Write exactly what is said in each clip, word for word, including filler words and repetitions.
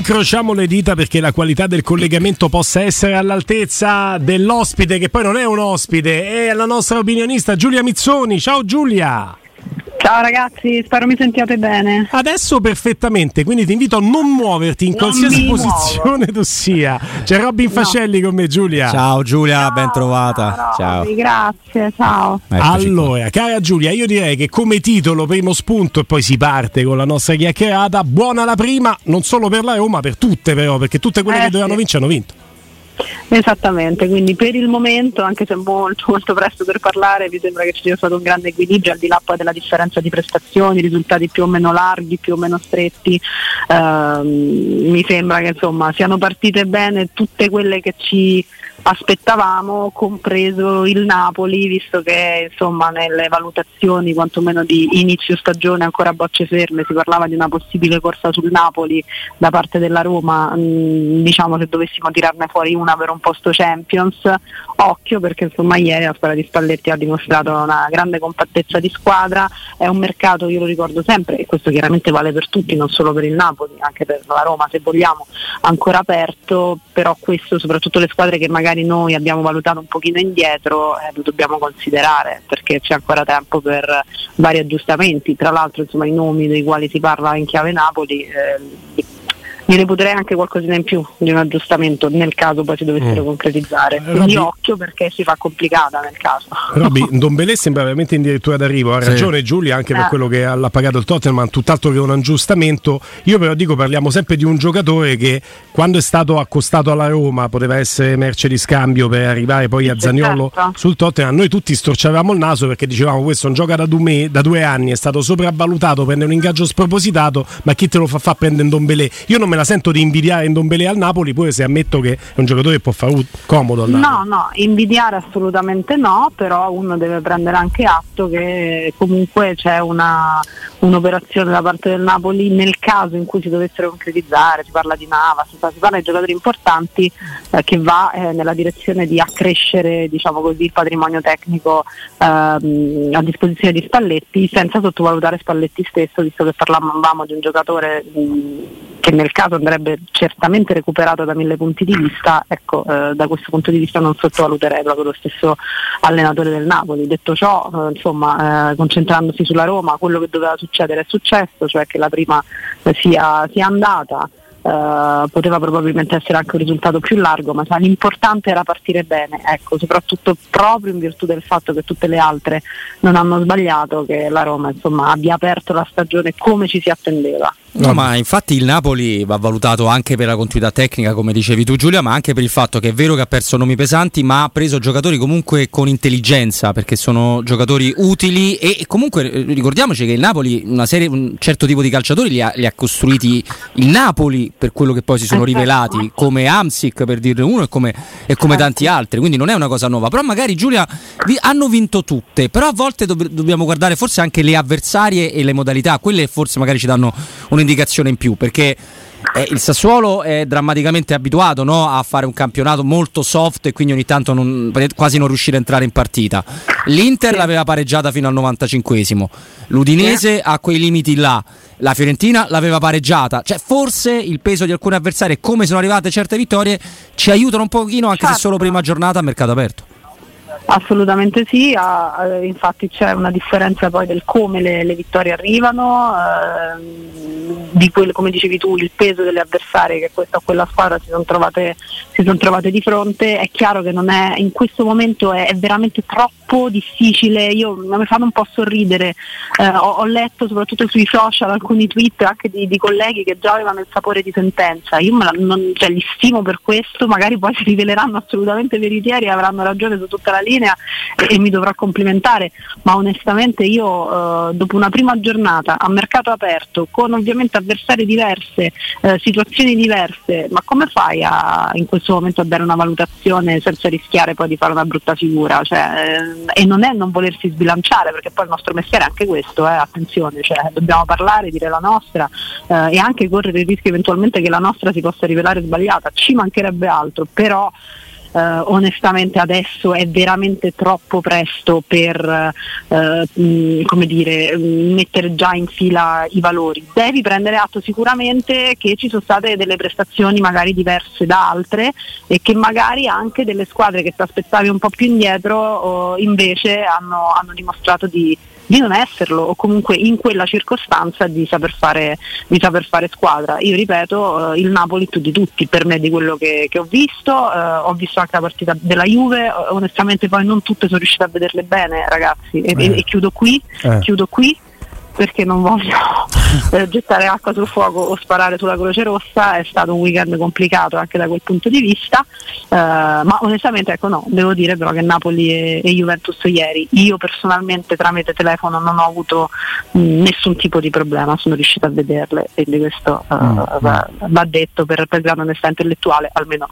incrociamo le dita perché la qualità del collegamento possa essere all'altezza dell'ospite, che poi non è un ospite, è la nostra opinionista Giulia Mizzoni. Ciao Giulia. Ciao ragazzi, spero mi sentiate bene. Adesso perfettamente, quindi ti invito a non muoverti in non qualsiasi posizione tu sia. C'è Robin Fascelli no. con me, Giulia. Ciao Giulia, ciao, ben trovata. Ciao. Ciao. Grazie, ciao. Eccoci allora, qua. cara Giulia, io direi che come titolo, primo spunto e poi si parte con la nostra chiacchierata, buona la prima, non solo per la Roma, per tutte però, perché tutte quelle eh, che dovevano sì. vincere hanno vinto. Esattamente, quindi per il momento, anche se molto molto presto per parlare, mi sembra che ci sia stato un grande equilibrio, al di là poi della differenza di prestazioni, risultati più o meno larghi, più o meno stretti. ehm, mi sembra che insomma siano partite bene tutte quelle che ci aspettavamo, compreso il Napoli, visto che insomma nelle valutazioni quantomeno di inizio stagione ancora a bocce ferme si parlava di una possibile corsa sul Napoli da parte della Roma. mh, diciamo se dovessimo tirarne fuori una per un posto Champions, occhio, perché insomma ieri la squadra di Spalletti ha dimostrato una grande compattezza di squadra. È un mercato, io lo ricordo sempre, e questo chiaramente vale per tutti, non solo per il Napoli, anche per la Roma se vogliamo, ancora aperto, però questo soprattutto le squadre che magari noi abbiamo valutato un pochino indietro eh, lo dobbiamo considerare, perché c'è ancora tempo per vari aggiustamenti. Tra l'altro insomma i nomi dei quali si parla in chiave Napoli eh, mi reputerei anche qualcosina in più di un aggiustamento nel caso poi si dovessero mm. concretizzare. Quindi Robby, occhio, perché si fa complicata nel caso. Robby, Ndombélé sembra veramente addirittura d'arrivo, ha sì. ragione Giulia, anche eh. per quello che ha pagato il Tottenham, tutt'altro che un aggiustamento. Io però dico, parliamo sempre di un giocatore che quando è stato accostato alla Roma poteva essere merce di scambio per arrivare poi a Zaniolo certo. sul Tottenham. Noi tutti storciavamo il naso perché dicevamo questo non gioca da due, da due anni, è stato sopravvalutato, prende un ingaggio spropositato, ma chi te lo fa fa prendere Ndombélé? Io non me la sento di invidiare Ndombélé al Napoli, pure se ammetto che è un giocatore che può fare comodo al Napoli. No, no, invidiare assolutamente no, però uno deve prendere anche atto che comunque c'è una, un'operazione da parte del Napoli nel caso in cui si dovessero concretizzare. Si parla di Navas, si parla di giocatori importanti, eh, che va eh, nella direzione di accrescere, diciamo così, il patrimonio tecnico ehm, a disposizione di Spalletti, senza sottovalutare Spalletti stesso, visto che parlavamo di un giocatore mh, che nel caso andrebbe certamente recuperato da mille punti di vista. Ecco, eh, da questo punto di vista non sottovaluterei proprio lo stesso allenatore del Napoli. Detto ciò, eh, insomma, eh, concentrandosi sulla Roma, quello che doveva succedere è successo, cioè che la prima eh, sia, sia andata. Uh, poteva probabilmente essere anche un risultato più largo, ma l'importante era partire bene, ecco, soprattutto proprio in virtù del fatto che tutte le altre non hanno sbagliato, che la Roma insomma abbia aperto la stagione come ci si attendeva. No, ma infatti il Napoli va valutato anche per la continuità tecnica, come dicevi tu Giulia, ma anche per il fatto che è vero che ha perso nomi pesanti, ma ha preso giocatori comunque con intelligenza, perché sono giocatori utili e comunque ricordiamoci che il Napoli una serie, un certo tipo di calciatori li ha, li ha costruiti il Napoli, per quello che poi si sono rivelati, come Hamsik per dirne uno e come, e come tanti altri, quindi non è una cosa nuova. Però magari Giulia vi, hanno vinto tutte, però a volte do, dobbiamo guardare forse anche le avversarie e le modalità, quelle forse magari ci danno un'indicazione in più, perché eh, il Sassuolo è drammaticamente abituato, no, a fare un campionato molto soft e quindi ogni tanto non, quasi non riuscire a entrare in partita. L'Inter sì. l'aveva pareggiata fino al novantacinquesimo, l'Udinese ha quei limiti là, la Fiorentina l'aveva pareggiata, cioè forse il peso di alcuni avversari e come sono arrivate certe vittorie ci aiutano un pochino, anche certo. se solo prima giornata a mercato aperto. Assolutamente sì, ah, infatti c'è una differenza poi del come le, le vittorie arrivano, eh, di quel, come dicevi tu, il peso delle avversarie che questa o quella squadra si sono trovate, si sono trovate di fronte. È chiaro che non è, in questo momento è, è veramente troppo difficile. Io mi fanno un po' sorridere, eh, ho, ho letto soprattutto sui social alcuni tweet anche di, di colleghi che già avevano il sapore di sentenza. Io me la, non, cioè, li stimo per questo, magari poi si riveleranno assolutamente veritieri e avranno ragione su tutta la linea e, e mi dovrò complimentare, ma onestamente io eh, dopo una prima giornata a mercato aperto, con ovviamente avversari diverse, eh, situazioni diverse, ma come fai a, in questo momento a dare una valutazione senza rischiare poi di fare una brutta figura? Cioè, eh, e non è non volersi sbilanciare, perché poi il nostro mestiere è anche questo, eh, attenzione, cioè, dobbiamo parlare, dire la nostra eh, e anche correre il rischio eventualmente che la nostra si possa rivelare sbagliata, ci mancherebbe altro, però onestamente adesso è veramente troppo presto per eh, mh, come dire, mettere già in fila i valori. Devi prendere atto sicuramente che ci sono state delle prestazioni magari diverse da altre e che magari anche delle squadre che ti aspettavi un po' più indietro oh, invece hanno, hanno dimostrato di di non esserlo, o comunque in quella circostanza di saper fare, di saper fare squadra. Io ripeto, eh, il Napoli più di tutti per me, di quello che, che ho visto, eh, ho visto anche la partita della Juve, onestamente poi non tutte sono riuscita a vederle bene, ragazzi, e, eh. e chiudo qui, eh. chiudo qui perché non voglio eh, gettare acqua sul fuoco o sparare sulla Croce Rossa. È stato un weekend complicato anche da quel punto di vista, eh, ma onestamente ecco no, devo dire però che Napoli e, e Juventus ieri, io personalmente tramite telefono non ho avuto mh, nessun tipo di problema, sono riuscita a vederle, quindi questo uh, mm. va, va detto per, per grande onestà intellettuale, almeno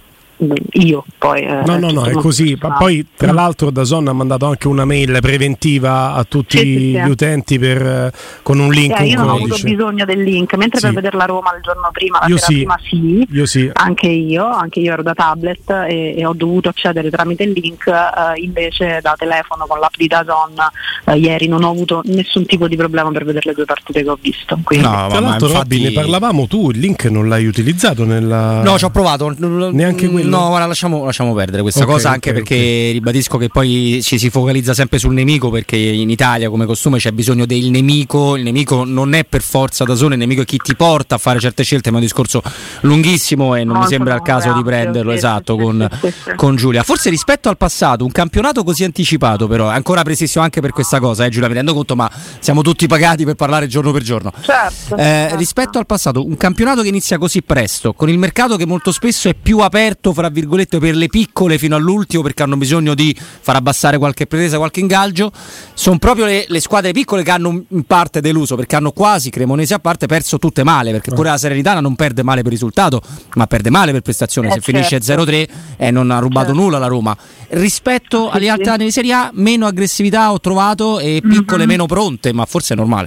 io poi eh, no no no è così. Ma poi tra l'altro DAZN ha mandato anche una mail preventiva a tutti sì, sì, gli sì. utenti per, con un link, eh, un io non ho codice. avuto bisogno del link, mentre sì. per vedere la Roma il giorno prima, la io sera sì. prima sì, io sì anche io anche io ero da tablet e, e ho dovuto accedere tramite il link, eh, invece da telefono con l'app di DAZN eh, ieri non ho avuto nessun tipo di problema per vedere le due partite che ho visto. Quindi. No, tra l'altro infatti... Robby, ne parlavamo, tu il link non l'hai utilizzato nella... No, ci ho provato, neanche quello. No, guarda, lasciamo lasciamo perdere questa okay, cosa anche okay, perché okay. ribadisco che poi ci si focalizza sempre sul nemico, perché in Italia come costume c'è bisogno del nemico. Il nemico non è per forza DAZN, il nemico è chi ti porta a fare certe scelte, ma è un discorso lunghissimo e non Molto mi sembra il caso di prenderlo esatto con, con Giulia. Forse rispetto al passato un campionato così anticipato però è ancora prestissimo anche per questa cosa, eh, Giulia, mi rendo conto, ma siamo tutti pagati per parlare giorno per giorno. Certo, eh, certo. Rispetto al passato un campionato che inizia così presto, con il mercato che molto spesso è più aperto fra virgolette per le piccole fino all'ultimo, perché hanno bisogno di far abbassare qualche pretesa, qualche ingaggio, sono proprio le, le squadre piccole che hanno in parte deluso, perché hanno quasi, Cremonese a parte, perso tutte male, perché pure la Salernitana non perde male per risultato, ma perde male per prestazione, eh se certo. finisce zero tre e eh, non ha rubato certo. nulla la Roma. Rispetto sì, agli altri anni di Serie A meno aggressività ho trovato e piccole mm-hmm. meno pronte, ma forse è normale.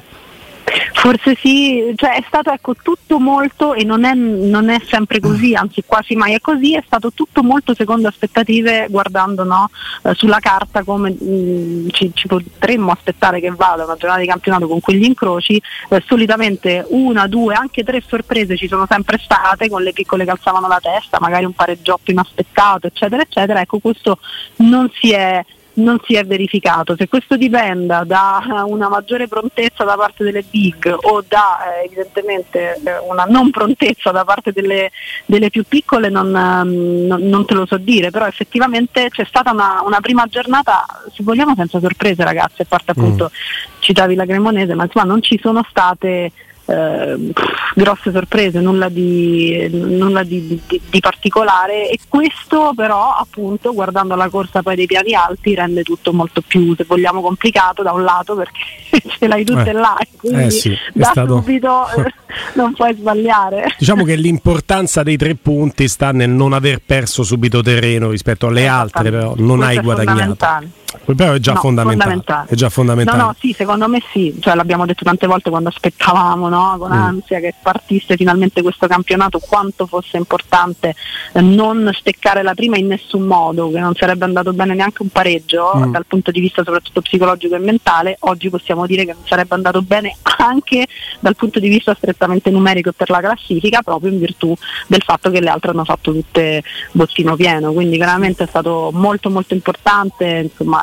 Forse sì, cioè è stato ecco tutto molto, e non è, non è sempre così, anzi quasi mai è così, è stato tutto molto secondo aspettative, guardando no, eh, sulla carta come mh, ci, ci potremmo aspettare che vada una giornata di campionato con quegli incroci. Eh, solitamente una, due, anche tre sorprese ci sono sempre state, con le piccole che alzavano la testa, magari un pareggiotto inaspettato eccetera eccetera. Ecco, questo non si è non si è verificato. Se questo dipenda da una maggiore prontezza da parte delle big o da eh, evidentemente eh, una non prontezza da parte delle, delle più piccole non, um, non, non te lo so dire, però effettivamente c'è stata una, una prima giornata, se vogliamo, senza sorprese, ragazzi, a parte appunto mm. citavi la Cremonese, ma insomma non ci sono state Eh, grosse sorprese, nulla di nulla di, di, di particolare, e questo però appunto guardando la corsa poi dei piani alti rende tutto molto più, se vogliamo, complicato da un lato, perché ce l'hai tutte eh, là, quindi eh sì, da stato... subito eh, non puoi sbagliare. Diciamo che l'importanza dei tre punti sta nel non aver perso subito terreno rispetto alle altre, però non hai guadagnato. Però è già, no, fondamentale. fondamentale. È già fondamentale. No, no, sì, secondo me sì. Cioè, l'abbiamo detto tante volte quando aspettavamo, no, con mm. ansia che partisse finalmente questo campionato, quanto fosse importante eh, non steccare la prima in nessun modo, che non sarebbe andato bene neanche un pareggio mm. dal punto di vista soprattutto psicologico e mentale. Oggi possiamo dire che non sarebbe andato bene anche dal punto di vista strettamente numerico per la classifica, proprio in virtù del fatto che le altre hanno fatto tutte bottino pieno. Quindi veramente è stato molto molto importante, insomma.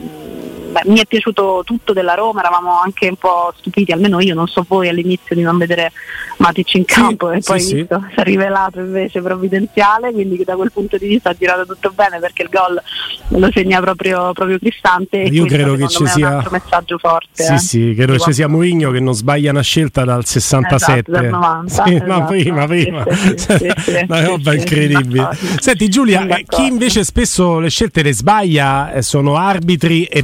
Beh, mi è piaciuto tutto della Roma, eravamo anche un po' stupiti, almeno io, non so voi, all'inizio di non vedere Matic in campo, sì, e poi sì, visto, sì. si è rivelato invece provvidenziale, quindi da quel punto di vista ha girato tutto bene, perché il gol lo segna proprio, proprio Cristante, e io credo che ci sia un altro messaggio forte. Sì, eh? sì, credo che ci sia Mourinho che non sbaglia una scelta dal sessantasette, esatto, dal novanta, sì, esatto. ma prima, prima. Sì, sì, sì, sì, una roba sì, incredibile. Sì. Senti Giulia, chi invece spesso le scelte le sbaglia sono arbitri e V A R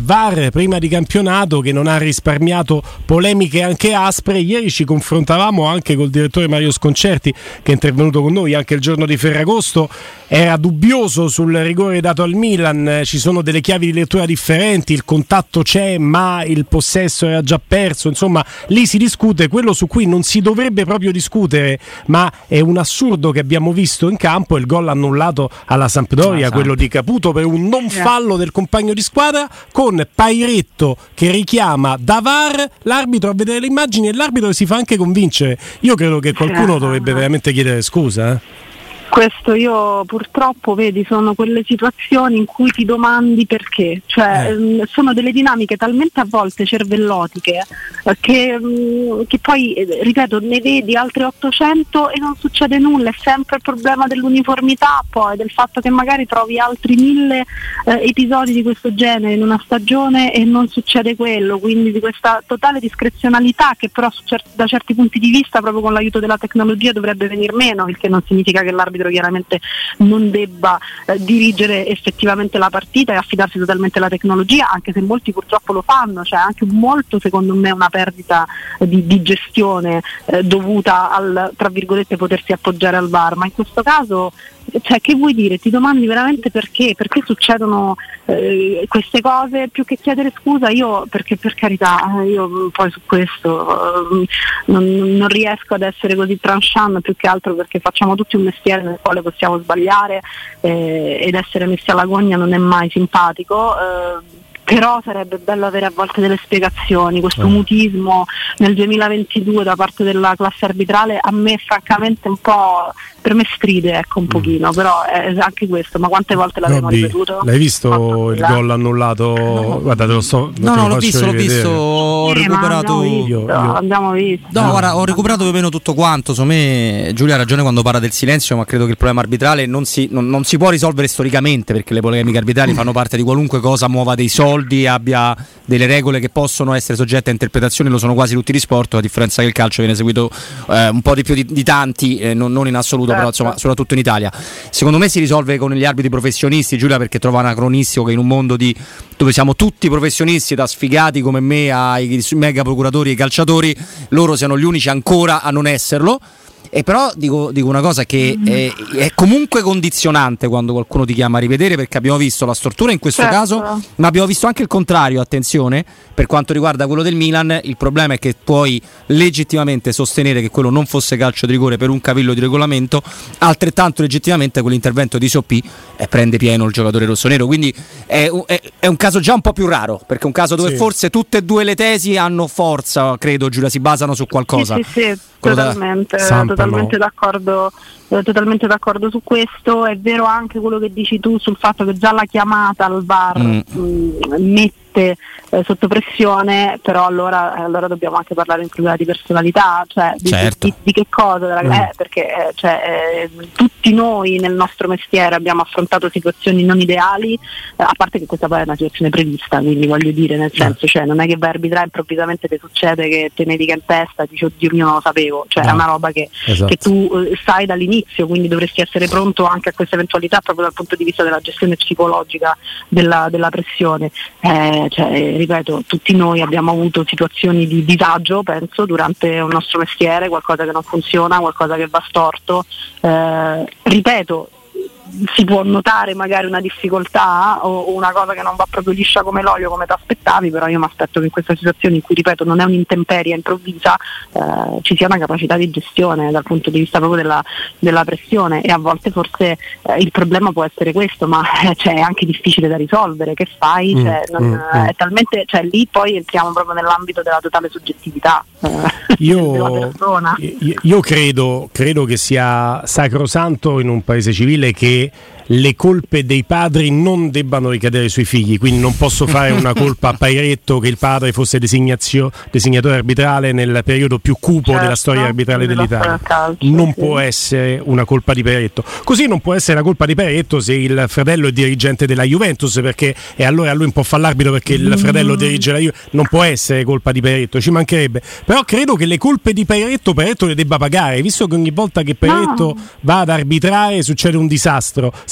VAR prima di campionato che non ha risparmiato polemiche anche aspre. Ieri ci confrontavamo anche col direttore Mario Sconcerti, che è intervenuto con noi anche il giorno di Ferragosto. Era dubbioso sul rigore dato al Milan, ci sono delle chiavi di lettura differenti, il contatto c'è ma il possesso era già perso, insomma lì si discute quello su cui non si dovrebbe proprio discutere, ma è un assurdo che abbiamo visto in campo, il gol annullato alla Sampdoria, ah, quello di Caputo per un non fallo del compagno di squadra, con Pairetto che richiama da V A R l'arbitro a vedere le immagini e l'arbitro si fa anche convincere. Io credo che qualcuno dovrebbe veramente chiedere scusa, eh? Questo io purtroppo, vedi, sono quelle situazioni in cui ti domandi perché, cioè eh. sono delle dinamiche talmente a volte cervellotiche eh, che, mh, che poi, eh, ripeto, ne vedi altre ottocento e non succede nulla, è sempre il problema dell'uniformità, poi del fatto che magari trovi altri mille eh, episodi di questo genere in una stagione e non succede quello, quindi di questa totale discrezionalità che però cer- da certi punti di vista proprio con l'aiuto della tecnologia dovrebbe venir meno, il che non significa che l'arbitro chiaramente non debba eh, dirigere effettivamente la partita e affidarsi totalmente alla tecnologia, anche se molti purtroppo lo fanno, cioè anche molto secondo me una perdita eh, di, di gestione eh, dovuta al, tra virgolette, potersi appoggiare al V A R, ma in questo caso, cioè, che vuoi dire? Ti domandi veramente perché? Perché succedono eh, queste cose? Più che chiedere scusa, io, perché per carità, io poi su questo eh, non, non riesco ad essere così tranchant, più che altro perché facciamo tutti un mestiere nel quale possiamo sbagliare eh, ed essere messi alla gogna non è mai simpatico. Eh, però sarebbe bello avere a volte delle spiegazioni. Questo mutismo nel duemilaventidue da parte della classe arbitrale a me francamente un po', per me stride, ecco, un pochino, mm. però è anche questo, ma quante volte l'abbiamo Robby, ripetuto? L'hai visto il gol annullato? No. Guarda, te lo sto, no, no, l'ho visto, l'ho visto, ho eh, recuperato. Abbiamo visto, io, io. abbiamo visto. No, guarda, ho recuperato più o meno tutto quanto. Secondo me Giulia ha ragione quando parla del silenzio, ma credo che il problema arbitrale non si, non, non si può risolvere storicamente, perché le polemiche arbitrali mm. fanno parte di qualunque cosa muova dei soldi, abbia delle regole che possono essere soggette a interpretazioni, lo sono quasi tutti gli sport, a differenza che il calcio viene seguito eh, un po' di più di, di tanti, eh, non, non in assoluto, certo. Però insomma soprattutto in Italia. Secondo me si risolve con gli arbitri professionisti, Giulia, perché trova anacronistico che in un mondo di, dove siamo tutti professionisti, da sfigati come me ai mega procuratori e ai calciatori, loro siano gli unici ancora a non esserlo. E però dico, dico una cosa che è, è comunque condizionante quando qualcuno ti chiama a rivedere, perché abbiamo visto la stortura in questo certo. caso, ma abbiamo visto anche il contrario, attenzione, per quanto riguarda quello del Milan. Il problema è che puoi legittimamente sostenere che quello non fosse calcio di rigore per un cavillo di regolamento, altrettanto legittimamente quell'intervento di Soppi eh, prende pieno il giocatore rossonero, quindi è, è, è un caso già un po' più raro, perché è un caso dove sì. forse tutte e due le tesi hanno forza, credo, Giulia, si basano su qualcosa. Sì, sì, sì. Totalmente, totalmente d'accordo, eh, totalmente d'accordo su questo. È vero anche quello che dici tu sul fatto che già la chiamata al V A R mm. mh, mette eh, sotto pressione, però allora, allora dobbiamo anche parlare in plurale di personalità, cioè di, certo. di, di che cosa, della, mm. eh, perché eh, cioè, eh, tutti noi nel nostro mestiere abbiamo affrontato situazioni non ideali, eh, a parte che questa poi è una situazione prevista, quindi voglio dire, nel senso, cioè non è che vai a arbitrare improvvisamente ti succede che te ne dica in testa, dici oddio mio non lo sapevo, cioè no. è una roba che, esatto. che tu eh, sai dall'inizio, quindi dovresti essere pronto anche a questa eventualità proprio dal punto di vista della gestione psicologica della, della pressione. Eh, cioè, ripeto, tutti noi abbiamo avuto situazioni di disagio, penso, durante il nostro mestiere, qualcosa che non funziona, qualcosa che va storto. Eh, ripeto, si può notare magari una difficoltà o una cosa che non va proprio liscia come l'olio come ti aspettavi, però io mi aspetto che in questa situazione in cui, ripeto, non è un'intemperia improvvisa, eh, ci sia una capacità di gestione dal punto di vista proprio della, della pressione, e a volte forse eh, il problema può essere questo, ma eh, cioè, è anche difficile da risolvere. Che fai? Mm, cioè, non, mm, è talmente, cioè, lì poi entriamo proprio nell'ambito della totale soggettività eh, io, della persona. Io, io credo, credo che sia sacrosanto in un paese civile che le colpe dei padri non debbano ricadere sui figli, quindi non posso fare una colpa a Pairetto che il padre fosse designatore arbitrale nel periodo più cupo certo, della storia arbitrale dell'Italia. Calcio, non sì. può essere una colpa di Pairetto, così non può essere la colpa di Pairetto se il fratello è dirigente della Juventus, perché e allora lui un po' fa l'arbitro perché il fratello dirige la Juventus, non può essere colpa di Pairetto, ci mancherebbe. Però credo che le colpe di Pairetto Pairetto le debba pagare, visto che ogni volta che Pairetto no. va ad arbitrare succede un disastro.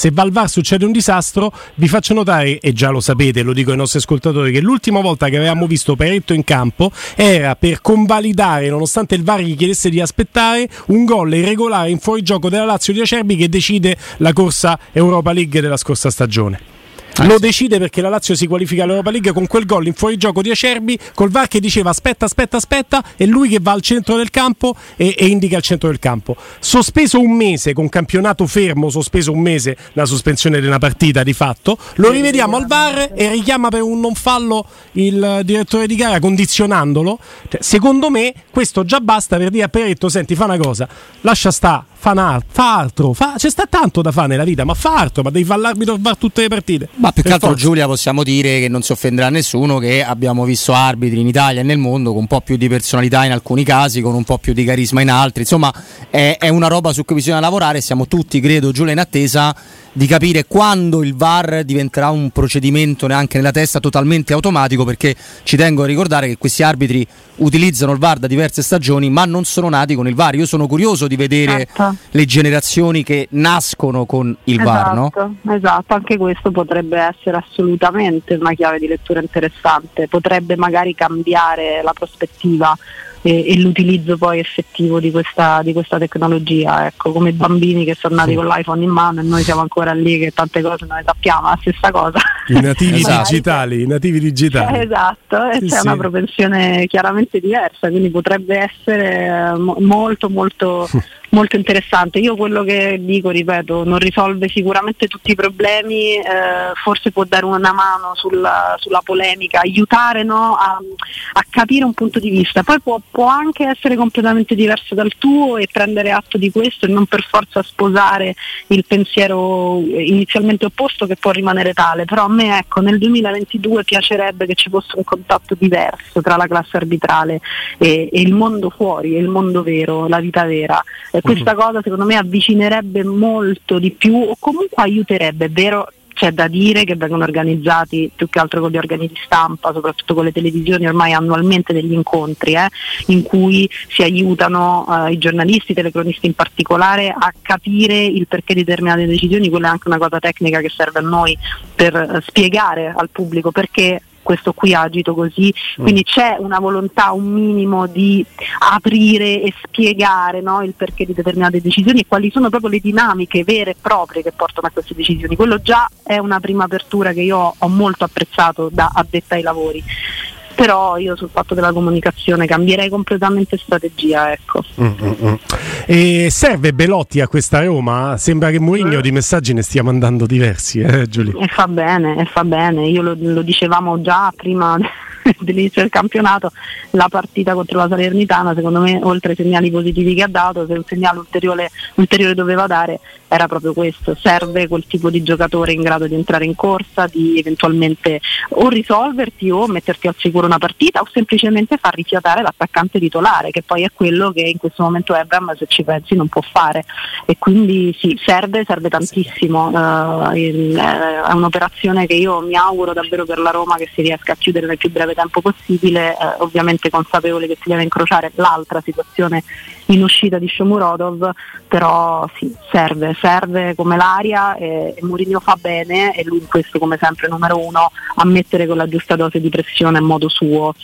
se va al V A R succede un disastro. Vi faccio notare, e già lo sapete, lo dico ai nostri ascoltatori, che l'ultima volta che avevamo visto Peretto in campo era per convalidare, nonostante il V A R gli chiedesse di aspettare, un gol irregolare in fuorigioco della Lazio di Acerbi che decide la corsa Europa League della scorsa stagione. Ah, lo sì. decide perché la Lazio si qualifica all'Europa League con quel gol in fuorigioco di Acerbi, col V A R che diceva aspetta aspetta aspetta, e lui che va al centro del campo e, e indica il centro del campo. Sospeso un mese, con campionato fermo, sospeso un mese, la sospensione di una partita di fatto, lo rivediamo al V A R e richiama per un non fallo il direttore di gara, condizionandolo. Cioè, secondo me questo già basta per dire a Peretto: senti, fa una cosa, lascia sta, fa, una, fa altro, fa, c'è sta tanto da fare nella vita, ma fa altro, ma devi fare l'arbitro V A R tutte le partite. Ma più che altro, forza. Giulia, possiamo dire che non si offenderà nessuno che abbiamo visto arbitri in Italia e nel mondo con un po' più di personalità in alcuni casi, con un po' più di carisma in altri. Insomma, è, è una roba su cui bisogna lavorare. Siamo tutti, credo, Giulia, in attesa di capire quando il V A R diventerà un procedimento neanche nella testa totalmente automatico, perché ci tengo a ricordare che questi arbitri utilizzano il V A R da diverse stagioni, ma non sono nati con il V A R. Io sono curioso di vedere certo. le generazioni che nascono con il esatto, V A R, no? Esatto, anche questo potrebbe essere assolutamente una chiave di lettura interessante, potrebbe magari cambiare la prospettiva e, e l'utilizzo poi effettivo di questa, di questa tecnologia, ecco, come i bambini che sono nati sì. con l'iPhone in mano e noi siamo ancora lì che tante cose non le sappiamo, la stessa cosa. I nativi esatto. digitali, i nativi digitali. Eh, esatto, e sì, c'è sì. una propensione chiaramente diversa, quindi potrebbe essere molto molto molto interessante. Io quello che dico, ripeto, non risolve sicuramente tutti i problemi, eh, forse può dare una mano sulla, sulla polemica, aiutare, no, a, a capire un punto di vista, poi può, può anche essere completamente diverso dal tuo e prendere atto di questo e non per forza sposare il pensiero inizialmente opposto, che può rimanere tale. Però a me, ecco, nel duemilaventidue piacerebbe che ci fosse un contatto diverso tra la classe arbitrale e, e il mondo fuori, e il mondo vero, la vita vera. Questa cosa secondo me avvicinerebbe molto di più, o comunque aiuterebbe. È vero, c'è da dire che vengono organizzati più che altro con gli organi di stampa, soprattutto con le televisioni, ormai annualmente degli incontri eh, in cui si aiutano eh, i giornalisti, i telecronisti in particolare, a capire il perché di determinate decisioni. Quella è anche una cosa tecnica che serve a noi per eh, spiegare al pubblico perché questo qui ha agito così, quindi c'è una volontà, un minimo di aprire e spiegare, no, il perché di determinate decisioni e quali sono proprio le dinamiche vere e proprie che portano a queste decisioni. Quello già è una prima apertura che io ho molto apprezzato da addetta ai lavori. Però io sul fatto della comunicazione cambierei completamente strategia, ecco. Mm, mm, mm. E serve Belotti a questa Roma? Sembra che Mourinho di messaggi ne stia mandando diversi, eh, Giulia? E fa bene, e fa bene. Io lo, lo dicevamo già prima dell'inizio del campionato, la partita contro la Salernitana, secondo me, oltre ai segnali positivi che ha dato, se un segnale ulteriore, ulteriore doveva dare era proprio questo: serve quel tipo di giocatore in grado di entrare in corsa, di eventualmente o risolverti o metterti al sicuro una partita, o semplicemente far rifiatare l'attaccante titolare, che poi è quello che in questo momento Abraham, se ci pensi, non può fare. E quindi sì, serve, serve tantissimo. Uh, il, è un'operazione che io mi auguro davvero per la Roma che si riesca a chiudere nel più breve tempo possibile, eh, ovviamente consapevole che si deve incrociare l'altra situazione in uscita di Shomurodov, però sì, serve, serve come l'aria, e, e Mourinho fa bene, e lui in questo come sempre numero uno, a mettere con la giusta dose di pressione a modo suo,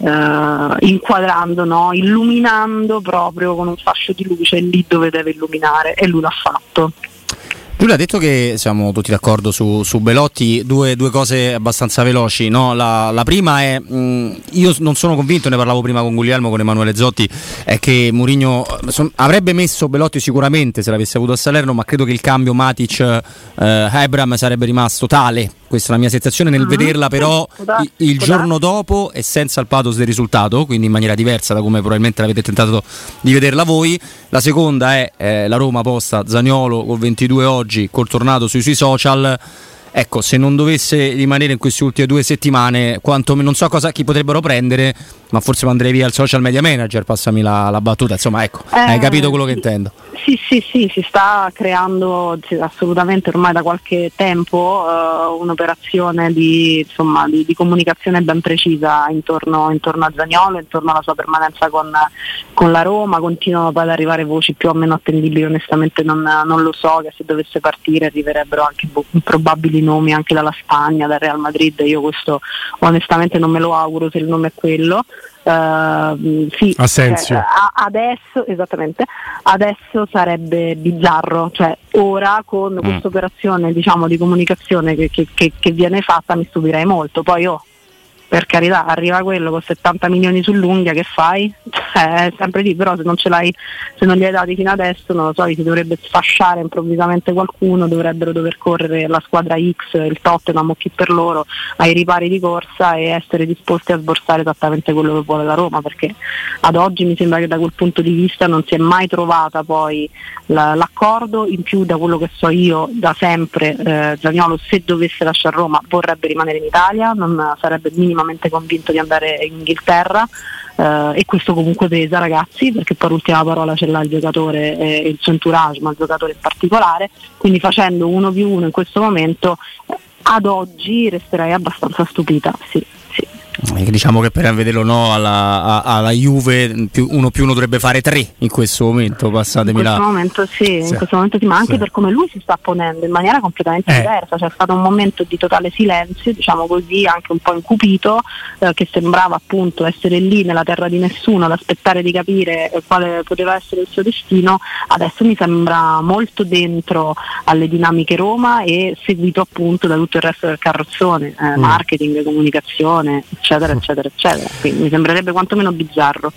eh, inquadrando, no? Illuminando proprio con un fascio di luce lì dove deve illuminare, e lui l'ha fatto. Giulia ha detto che siamo tutti d'accordo su, su Belotti, due, due cose abbastanza veloci, no? La, la prima è, mh, io non sono convinto, ne parlavo prima con Guglielmo, con Emanuele Zotti, è che Mourinho son, avrebbe messo Belotti sicuramente se l'avesse avuto a Salerno, ma credo che il cambio Matic eh, Abraham sarebbe rimasto tale. Questa è la mia sensazione nel uh-huh. vederla, però il, il giorno dopo e senza il pathos del risultato, quindi in maniera diversa da come probabilmente l'avete tentato di vederla voi. La seconda è eh, la Roma posta Zaniolo col ventidue oggi, col tornato sui, sui social. Ecco, se non dovesse rimanere in queste ultime due settimane, quanto non so cosa chi potrebbero prendere, ma forse manderei via il social media manager, passami la, la battuta, insomma, ecco, eh, hai capito quello che intendo. Sì, sì, sì, si sta creando assolutamente ormai da qualche tempo uh, un'operazione di, insomma, di, di comunicazione ben precisa intorno, intorno a Zaniolo, intorno alla sua permanenza con, con la Roma. Continuano poi ad arrivare voci più o meno attendibili, onestamente non, non lo so, che se dovesse partire arriverebbero anche bo- probabili nomi anche dalla Spagna, dal Real Madrid. Io questo onestamente non me lo auguro se il nome è quello. Uh, sì, Asensio. Cioè, a- adesso esattamente adesso sarebbe bizzarro, cioè ora con mm. questa operazione, diciamo, di comunicazione che, che, che, che viene fatta mi stupirei molto. Poi oh, per carità, arriva quello con settanta milioni sull'unghia, che fai? Cioè, è sempre lì, però se non ce l'hai, se non li hai dati fino adesso, non lo so, si dovrebbe sfasciare improvvisamente qualcuno, dovrebbero dover correre la squadra X, il Tottenham o chi per loro, ai ripari di corsa e essere disposti a sborsare esattamente quello che vuole la Roma, perché ad oggi mi sembra che da quel punto di vista non si è mai trovata poi la, l'accordo. In più, da quello che so io, da sempre eh, Zaniolo, se dovesse lasciare Roma, vorrebbe rimanere in Italia, non sarebbe minimamente convinto di andare in Inghilterra, uh, e questo comunque pesa, ragazzi, perché poi l'ultima parola ce l'ha il giocatore e il suo entourage, ma il giocatore in particolare. Quindi facendo uno più uno in questo momento, ad oggi resterei abbastanza stupita, sì, sì. Diciamo che per vederlo no alla, alla Juve più, uno più uno dovrebbe fare tre in questo momento, passatemi in questo la... momento sì, sì, in questo momento sì, ma anche sì. per come lui si sta ponendo in maniera completamente eh. diversa. C'è stato un momento di totale silenzio, diciamo così, anche un po' incupito, eh, che sembrava appunto essere lì nella terra di nessuno ad aspettare di capire eh, quale poteva essere il suo destino. Adesso mi sembra molto dentro alle dinamiche Roma e seguito appunto da tutto il resto del carrozzone, eh, mm. marketing, comunicazione, eccetera eccetera eccetera. Quindi mi sembrerebbe quantomeno bizzarro.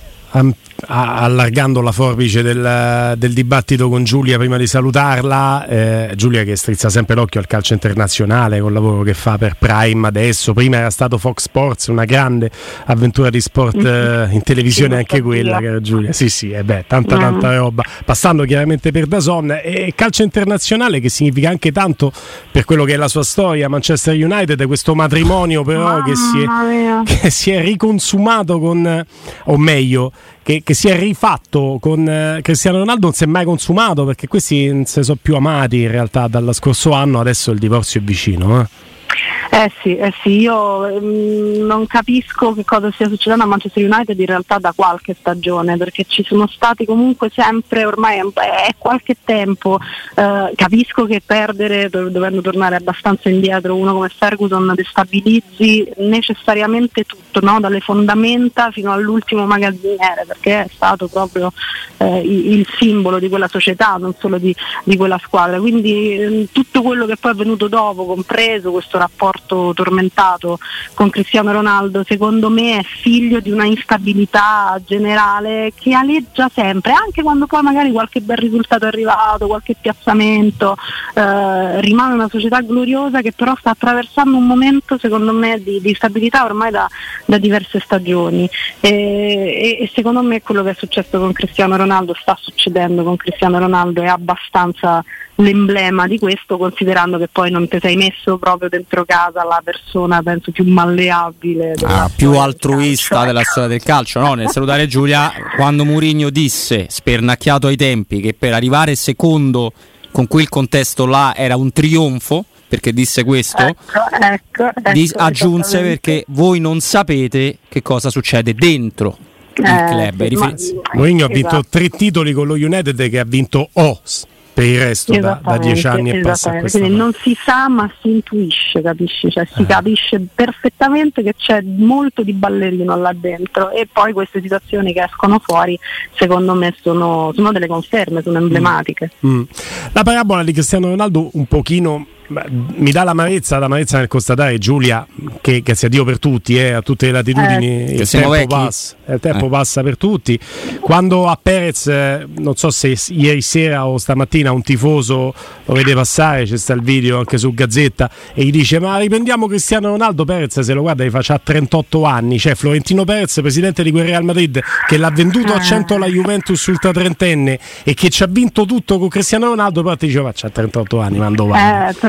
Allargando la forbice del, del dibattito con Giulia prima di salutarla, eh, Giulia che strizza sempre l'occhio al calcio internazionale col lavoro che fa per Prime adesso, prima era stato Fox Sports, una grande avventura di sport eh, in televisione, anche quella, cara Giulia, sì sì, eh beh, tanta tanta roba, passando chiaramente per D A Z N. E calcio internazionale che significa anche tanto per quello che è la sua storia, Manchester United, questo matrimonio però che si, è, che si è riconsumato con, o meglio Che, che si è rifatto con eh, Cristiano Ronaldo, non si è mai consumato, perché questi non si sono più amati in realtà dal scorso anno, adesso il divorzio è vicino. Eh. Eh sì, eh sì, io mh, non capisco che cosa stia succedendo a Manchester United in realtà da qualche stagione, perché ci sono stati comunque sempre, ormai è, è qualche tempo, eh, capisco che perdere do- dovendo tornare abbastanza indietro uno come Ferguson destabilizzi necessariamente tutto, no? Dalle fondamenta fino all'ultimo magazziniere, perché è stato proprio eh, il, il simbolo di quella società, non solo di, di quella squadra, quindi eh, tutto quello che poi è venuto dopo, compreso questo rapporto tormentato con Cristiano Ronaldo, secondo me è figlio di una instabilità generale che aleggia sempre, anche quando poi magari qualche bel risultato è arrivato, qualche piazzamento, eh, rimane una società gloriosa che però sta attraversando un momento, secondo me, di, di instabilità ormai da, da diverse stagioni, e, e, e secondo me quello che è successo con Cristiano Ronaldo, sta succedendo con Cristiano Ronaldo, è abbastanza l'emblema di questo, considerando che poi non ti sei messo proprio dentro casa la persona penso più malleabile, ah, più altruista del della storia del calcio, no? Nel salutare Giulia, quando Mourinho disse, spernacchiato ai tempi, che per arrivare secondo con quel contesto là era un trionfo, perché disse questo, ecco, ecco, ecco, dis- aggiunse perché voi non sapete che cosa succede dentro il eh, club. sì, Rifer- ma, Mourinho ha vinto esatto. tre titoli con lo United, che ha vinto O S per il resto da, da dieci anni e passa. Quindi non si sa ma si intuisce, capisci? Cioè si eh. capisce perfettamente che c'è molto di ballerino là dentro, e poi queste situazioni che escono fuori secondo me sono, sono delle conferme, sono emblematiche. Mm. Mm. La parabola di Cristiano Ronaldo un pochino mi dà l'amarezza, l'amarezza nel constatare, Giulia, che, che sia Dio per tutti, eh, a tutte le latitudini, eh, il, tempo passa, il tempo eh. passa per tutti. Quando a Perez, eh, non so se ieri sera o stamattina, un tifoso lo vede passare, c'è sta il video anche su Gazzetta, e gli dice ma riprendiamo Cristiano Ronaldo, Perez se lo guarda gli fa c'ha trentotto anni, cioè Florentino Perez, presidente di quel Real Madrid che l'ha venduto a cento alla Juventus ultra trentenne e che ci ha vinto tutto con Cristiano Ronaldo, però ti diceva c'ha trentotto anni, mando avanti. Eh,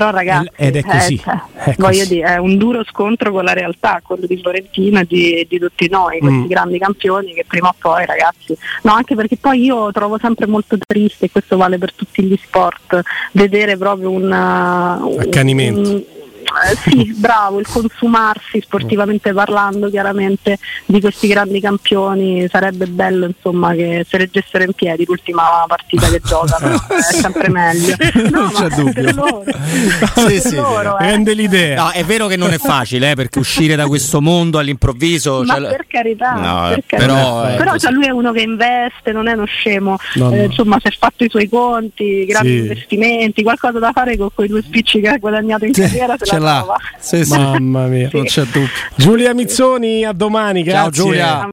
però ragazzi ed è così, eh, cioè, è voglio così. dire, è un duro scontro con la realtà, quello di Florentino e di, di tutti noi, questi mm. grandi campioni che prima o poi, ragazzi, no, anche perché poi io trovo sempre molto triste, e questo vale per tutti gli sport, vedere proprio un accanimento. Un, Eh, sì, bravo, il consumarsi sportivamente parlando chiaramente di questi grandi campioni. Sarebbe bello insomma che se reggessero in piedi l'ultima partita che giocano, è sempre meglio. No, non c'è dubbio. Loro, sì, sì, loro, eh. Rende l'idea. No, è vero che non è facile eh, perché uscire da questo mondo all'improvviso, ma cioè... per carità, no, per carità. però, eh, però cioè, lui è uno che investe, non è uno scemo, no, no. Eh, insomma si è fatto i suoi conti, grandi sì. investimenti, qualcosa da fare con quei due spicci che ha guadagnato in carriera se ce la l'ha. trova. Sì, sì. Mamma mia, non c'è dubbio. Giulia Mizzoni, a domani, grazie. Ciao Giulia.